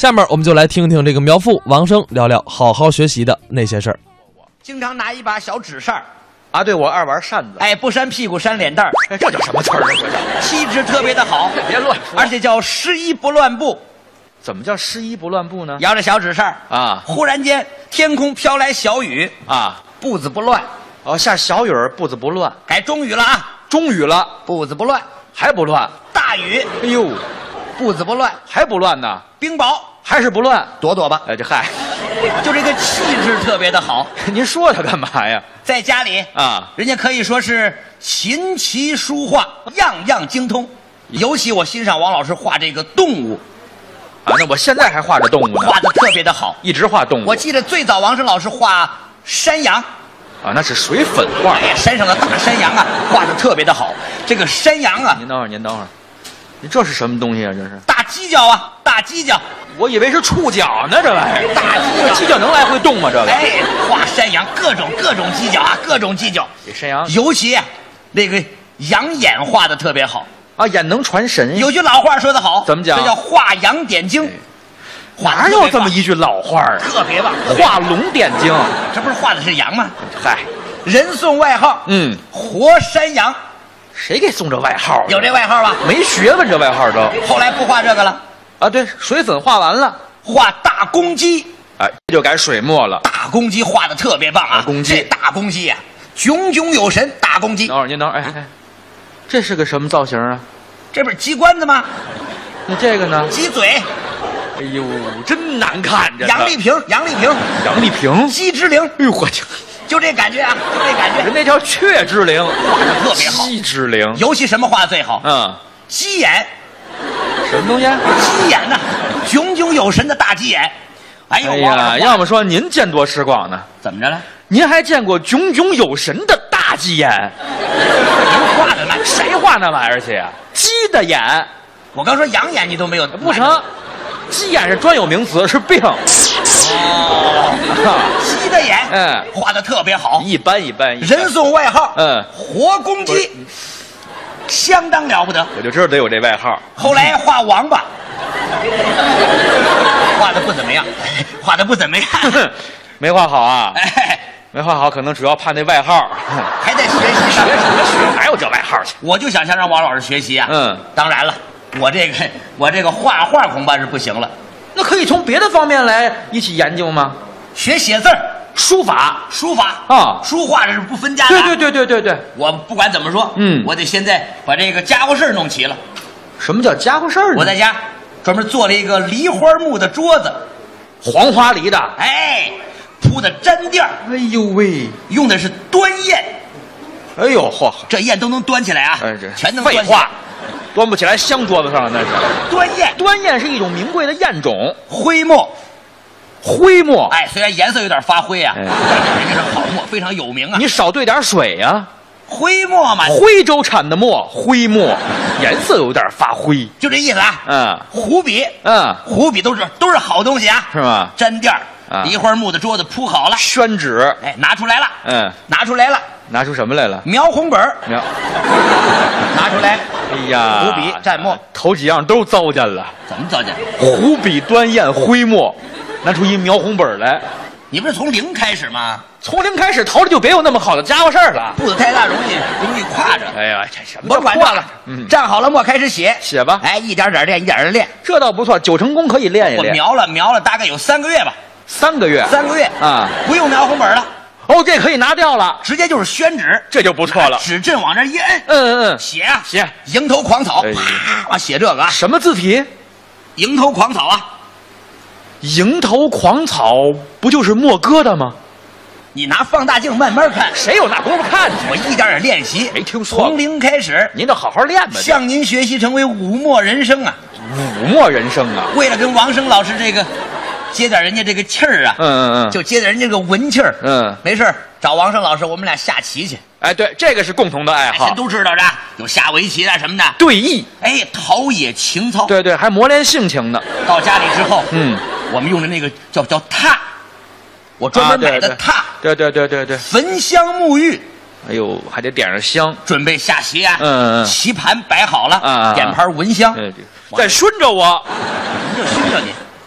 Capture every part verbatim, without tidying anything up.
下面我们就来听听这个苗阜、王声聊聊好好学习的那些事儿。 经常拿一把小纸扇啊，对，我爱玩扇子。 哎，不扇屁股扇脸蛋儿， 哎，这叫什么词儿啊？这叫气质特别的好， 别乱说。 而且叫失一不乱步。 怎么叫失一不乱步呢？ 摇着小纸扇啊， 忽然间天空飘来小雨啊， 步子不乱。 哦，下小雨儿，步子不乱。 该中雨了啊， 中雨了， 步子不乱， 还不乱。 大雨， 哎呦， 步子不乱， 还不乱呢。 冰雹， 还是不乱， 躲躲吧。 哎，这嗨， 就这个气质特别的好。 您说他干嘛呀？ 在家里啊， 人家可以说是琴棋书画样样精通，尤其我欣赏王老师画这个动物。 啊，那我现在还画着动物呢， 画的特别的好， 一直画动物。 我记得最早王声老师画山羊， 啊，那是水粉画。 哎呀，山上的大山羊啊，画的特别的好。这个山羊啊， 您等会儿，您等会儿，你这是什么东西啊？这是大犄角啊，大犄角。 我以为是触角呢，这玩意儿。 大犄角， 犄角能来回动吗？这个？ 哎，画山羊，各种各种犄角啊，各种犄角。 这山羊， 尤其啊，那个羊眼画的特别好啊，眼能传神。 有句老话说得好， 怎么讲？ 这叫画羊点睛。 哪有这么一句老话啊？ 特别棒， 画龙点睛， 这不是画的是羊吗？ 嗨， 人送外号， 嗯， 活山羊。 谁给送这外号？ 有这外号吧？ 没学问，这外号都。 后来不画这个了啊，对，水粉画完了， 画大公鸡。 哎，就改水墨了。 大公鸡画的特别棒啊！ 公鸡， 这大公鸡呀、啊，炯炯有神。大公鸡， 等会儿您等会儿，哎哎，这是个什么造型啊？ 这不是鸡冠子吗？ 那这个呢？ 鸡嘴。 哎呦，真难看着。 杨丽萍，杨丽萍， 杨丽萍， 鸡之灵。 哎呦我去， 就这感觉啊，就这感觉。 人那叫雀之灵， 画的特别好。 鸡之灵， 尤其什么画的最好？ 嗯， 鸡眼。 什么东西？ 鸡眼呐、啊，炯炯有神的大鸡眼。哎呦， 哎呀，要么说您见多识广呢。 怎么着了？ 您还见过炯炯有神的大鸡眼？ 您画的那谁画那玩意儿去呀？鸡的眼。 我刚说羊眼，你都没有。 不成，鸡眼是专有名词，是病。 哦，鸡的眼， 嗯， 画的特别好， 一般一般。 人送外号， 嗯， 活公鸡，相当了不得。 我就知道得有这外号。 后来画王八，画的不怎么样，画的不怎么样， 没画好啊。 哎， 没画好，可能主要怕那外号。 还在学习学什么学？哪有这外号去？ 我就想向让王老师学习啊。 嗯， 当然了，我这个我这个画画恐怕是不行了。 那可以从别的方面来一起研究吗？ 学写字儿、 书法、 书法啊， 书画这是不分家的。 对对对对对对。 我不管怎么说， 嗯， 我得现在把这个家伙事儿弄齐了。 什么叫家伙事儿呢？ 我在家专门做了一个梨花木的桌子， 黄花梨的， 哎，铺的毡垫儿。 哎呦喂， 用的是端砚。 哎呦嚯， 这砚都能端起来啊！ 哎，这全能端起来。 废话，端不起来镶桌子上了那是。 端砚， 端砚是一种名贵的砚种， 灰墨， 灰墨。 哎，虽然颜色有点发灰啊， 哎、 但是人家是好墨，非常有名啊。 你少兑点水呀、啊。 灰墨嘛， 徽州产的墨，灰墨，颜色有点发灰， 就这意思啊。 嗯， 湖笔， 嗯， 湖笔都是都是好东西啊， 是吗？ 毡垫儿， 啊， 梨花木的桌子铺好了， 宣纸， 哎，拿出来了， 嗯， 拿出来了， 拿出什么来了？ 描红本儿， 描， 拿出来， 哎呀， 湖笔、蘸墨， 头几样都糟践了。 怎么糟践？ 湖笔、端砚、灰墨，拿出一描红本来。 你不是从零开始吗？ 从零开始，头里就别有那么好的家伙事儿了。 步子太大，容易容易挎着。 哎呀，这什么甭管这了， 嗯， 蘸好了墨开始写， 写吧。 哎，一点点练，一点点练， 这倒不错，九成功可以练一练。 我描了描了，大概有三个月吧。 三个月， 三个月啊， 不用描红本了。 哦，这可以拿掉了， 直接就是宣纸， 这就不错了。 指针往这一摁， 嗯嗯嗯， 写啊写， 蝇头狂草， 哎、 啪啊，写这个啊， 什么字体？ 蝇头狂草啊。 蝇头狂草不就是墨疙瘩吗？ 你拿放大镜慢慢看， 谁有那功夫看去？ 我一点点练习， 没听说。 从零开始， 您就好好练吧。 向您学习，成为武墨人生啊！ 武墨人生啊！ 为了跟王声老师这个接点人家这个气儿啊， 嗯嗯嗯， 就接点人家这个文气儿。 嗯， 没事找王声老师，我们俩下棋去。 哎，对，这个是共同的爱好， 人都知道的，有下围棋啊什么的， 对弈， 哎，陶冶情操。 对对，还磨练性情呢。 到家里之后， 嗯， 我们用的那个叫叫榻，我专门买的榻。 对对对对对， 焚香沐浴。 哎呦，还得点上香， 准备下棋啊！ 嗯嗯， 棋盘摆好了， 啊， 点盘闻香， 对对，再熏着我， 就熏着你。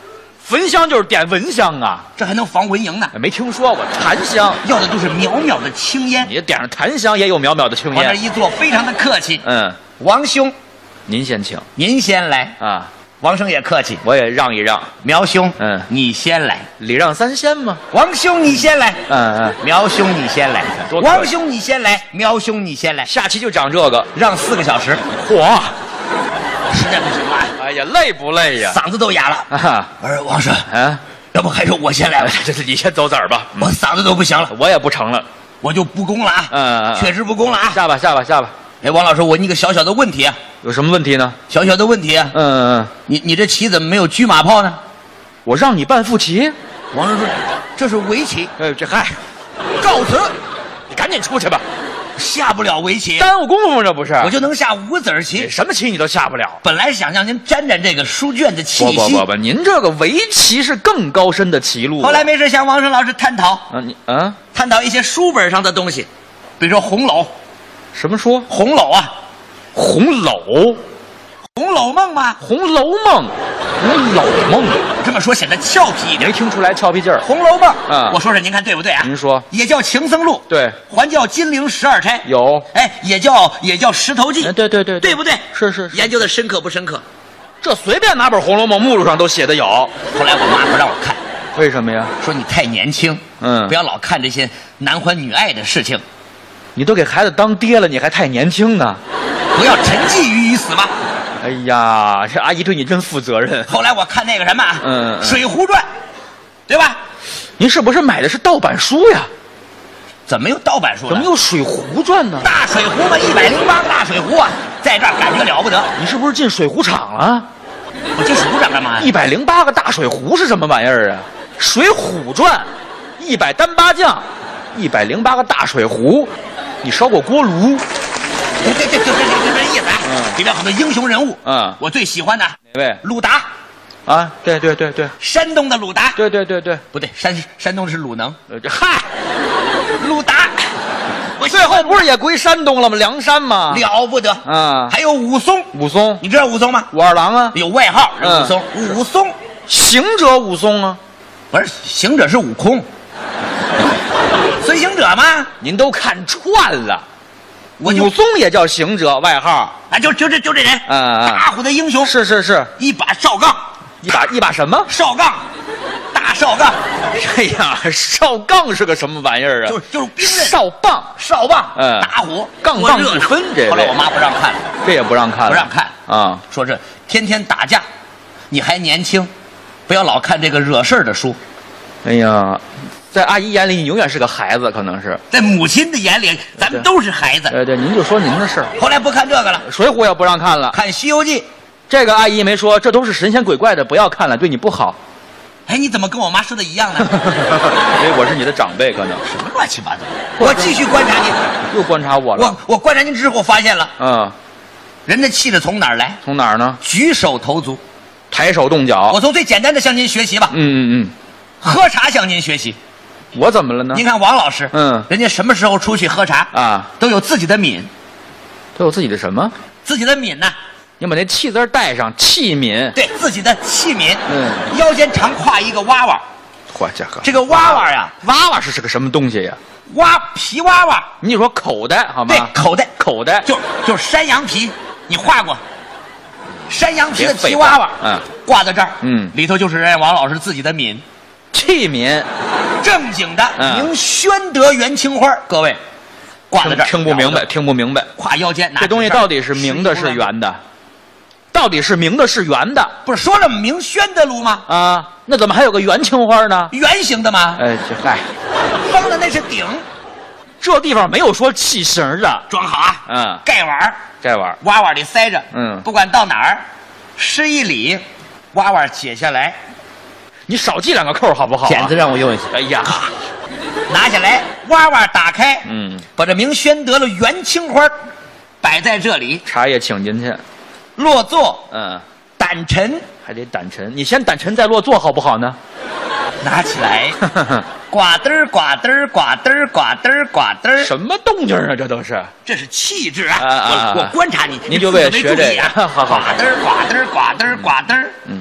焚香就是点蚊香啊， 这还能防蚊蝇呢。 没听说过檀香， 要的都是袅袅的青烟。 你点上檀香也有袅袅的青往那烟。 一坐，非常的客气。 嗯， 王兄， 您先请您先来。 啊， 王生也客气。 我也让一让。 苗兄， 嗯你先来。 礼让三先嘛。 王兄你先来。 嗯嗯， 苗兄你先来。 多客气王兄你先来。苗兄你先来。 下期就讲这个。 让四个小时， 嚯！ 实在不行了， 哎呀，累不累呀？ 嗓子都哑了。 啊， 我说王生， 啊， 要不还是我先来吧？ 这是你先走子儿吧。嗯我嗓子都不行了， 我也不成了。 我就不恭了啊！ 嗯嗯嗯确实不恭了啊！ 下吧下吧下吧。 哎，王老师，我问你个小小的问题啊， 有什么问题呢？ 小小的问题啊， 嗯嗯嗯， 你你这棋怎么没有车马炮呢？ 我让你办副棋。 王生说，这是围棋， 哎，这嗨， 告辞， 你赶紧出去吧， 下不了围棋， 耽误功夫这不是？ 我就能下五子儿棋。 什么棋你都下不了。 本来想让您沾沾这个书卷的气息， 不不不不，您这个围棋是更高深的棋路。 后来没事向王生老师探讨， 啊，你啊， 探讨一些书本上的东西，比如说红楼， 什么书？ 红楼啊， 红楼， 红楼梦嘛， 红楼梦，红楼梦， 这么说显得俏皮一点。 没听出来俏皮劲儿。 红楼梦， 啊我说说您看对不对啊？ 您说也叫情僧录， 对， 还叫金陵十二钗， 有， 哎，也叫也叫石头记， 哎对对对对不对？ 是是是， 研究的深刻不深刻？ 这随便拿本《红楼梦》目录上都写的有。 后来我妈不让我看， 为什么呀？ 说你太年轻， 嗯不要老看这些男欢女爱的事情， 你都给孩子当爹了，你还太年轻呢。 不要沉寂于于死嘛。 哎呀，这阿姨对你真负责任。 后来我看那个什么啊， 嗯嗯水浒传》，对吧？ 您是不是买的是盗版书呀？ 怎么有盗版书了？ 怎么有《水浒传》呢？ 大水壶嘛，一百零八个大水壶啊，在这儿感觉了不得。 你是不是进水浒厂了？ 我进水浒厂干嘛呀？ 一百零八个大水壶是什么玩意儿啊？《水浒传》，一百单八将，一百零八个大水壶，你烧过锅炉？ 对对对，就这这这意思啊。 嗯里边很多英雄人物， 嗯我最喜欢的哪位？ 鲁达， 啊，对对对对山东的鲁达， 对对对对， 不对，山山东是鲁能， 呃这嗨， 鲁达，我最后不是也归山东了吗？梁山吗？ 了不得啊， 还有武松， 武松， 你知道武松吗？ 武二郎啊， 有外号是嗯武松，武松行者武松啊， 不是行者是悟空，随行者吗？ 您都看串了。 我就武松也叫行者，外号。 啊，就就这就这人， 嗯嗯大虎的英雄， 是是是， 一把哨杠， 一把一把什么？ 哨杠，大哨杠， 哎呀，哨杠是个什么玩意儿啊？ 就是就是兵刃哨棒， 哨棒， 嗯打虎， 杠棒不多热闹分这位后来我妈不让看了， 这也不让看了， 不让看， 啊。 说这天天打架，你还年轻，不要老看这个惹事儿的书。 哎呀，在阿姨眼里，你永远是个孩子，可能是。 在母亲的眼里，咱们都是孩子。 对对，您就说您的事儿。 后来不看这个了， 水浒也不让看了， 看《西游记》。 这个阿姨没说，这都是神仙鬼怪的，不要看了，对你不好。 哎，你怎么跟我妈说的一样呢？ 因为我是你的长辈，可能什么乱七八糟！我继续观察您， 又观察我了。 我我观察您之后发现了， 嗯， 人的气质从哪儿来？ 从哪儿呢？ 举手投足。 抬手动脚。 我从最简单的向您学习吧。 嗯嗯嗯， 喝茶向您学习。 我怎么了呢？ 您看王老师， 嗯人家什么时候出去喝茶啊， 都有自己的抿， 都有自己的什么？ 自己的抿呐， 你把那气字带上，器皿。 对自己的器皿。 嗯， 腰间常挎一个娃娃， 嚯家伙， 这个娃娃呀， 娃娃是是个什么东西呀？ 娃皮娃娃， 你说口袋好吗？ 对，口袋口袋就就是山羊皮，你画过？山羊皮的别废话皮娃娃， 嗯， 挂在这儿， 嗯里头就是人家王老师自己的抿， 器皿， 正经的嗯明宣德元青花，各位挂在这儿， 听不明白，听不明白， 挎腰间，拿这东西纸扇到底是明的，是十一圆的？到底是明的，是圆的？ 不是说了明宣德炉吗？ 啊，那怎么还有个元青花呢？ 圆形的吗？ 哎，这嗨， 方的那是顶， 这地方没有说器型的。 装好啊， 嗯， 盖碗儿这玩意儿， 娃娃里塞着， 嗯不管到哪儿，施一礼，娃娃解下来， 你少系两个扣好不好、啊？ 剪子让我用一下， 哎呀， 拿下来，娃娃打开， 嗯， 把这明宣德的元青花摆在这里， 茶叶请进去， 落座， 嗯， 胆沉， 还得胆沉，你先胆沉再落座好不好呢？ 拿起来，呱嘚儿呱嘚儿呱嘚儿呱嘚儿呱嘚儿， 什么动静啊？这都是。 这是气质啊！ 啊啊啊我我观察你， 您就为了学这个啊！ 好好好呱嘚儿呱嘚儿呱嘚儿呱嘚儿， 嗯，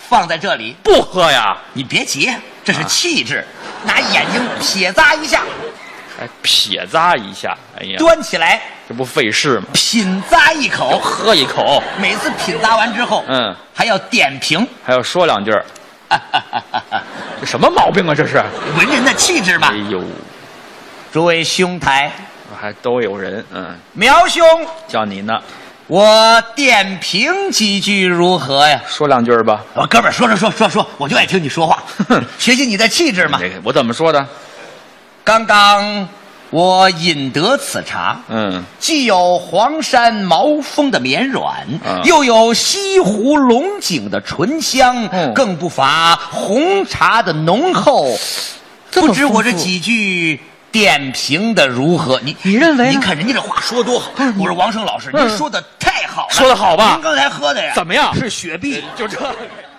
放在这里。 不喝呀？ 你别急，这是气质。拿眼睛撇咂一下， 还撇咂一下，哎呀， 端起来， 这不费事吗？ 品咂一口， 喝一口。 每次品咂完之后， 嗯， 还要点评， 还要说两句儿。这什么毛病啊？这是文人的气质嘛。 哎呦， 诸位兄台， 还都有人。嗯， 苗兄， 叫你呢。 我点评几句如何呀？ 说两句吧。 我哥们儿，说说说说说，我就爱听你说话，学习你的气质嘛。 我怎么说的？ 刚刚我饮得此茶， 嗯， 既有黄山毛峰的绵软， 嗯、 又有西湖龙井的醇香， 嗯、 更不乏红茶的浓厚。不知我这几句点评的如何？你你认为呢？ 您看人家这话说多好！我说王生老师， 嗯、 您说的太好了， 说的好吧？ 您刚才喝的呀， 怎么样？ 是雪碧， 就这。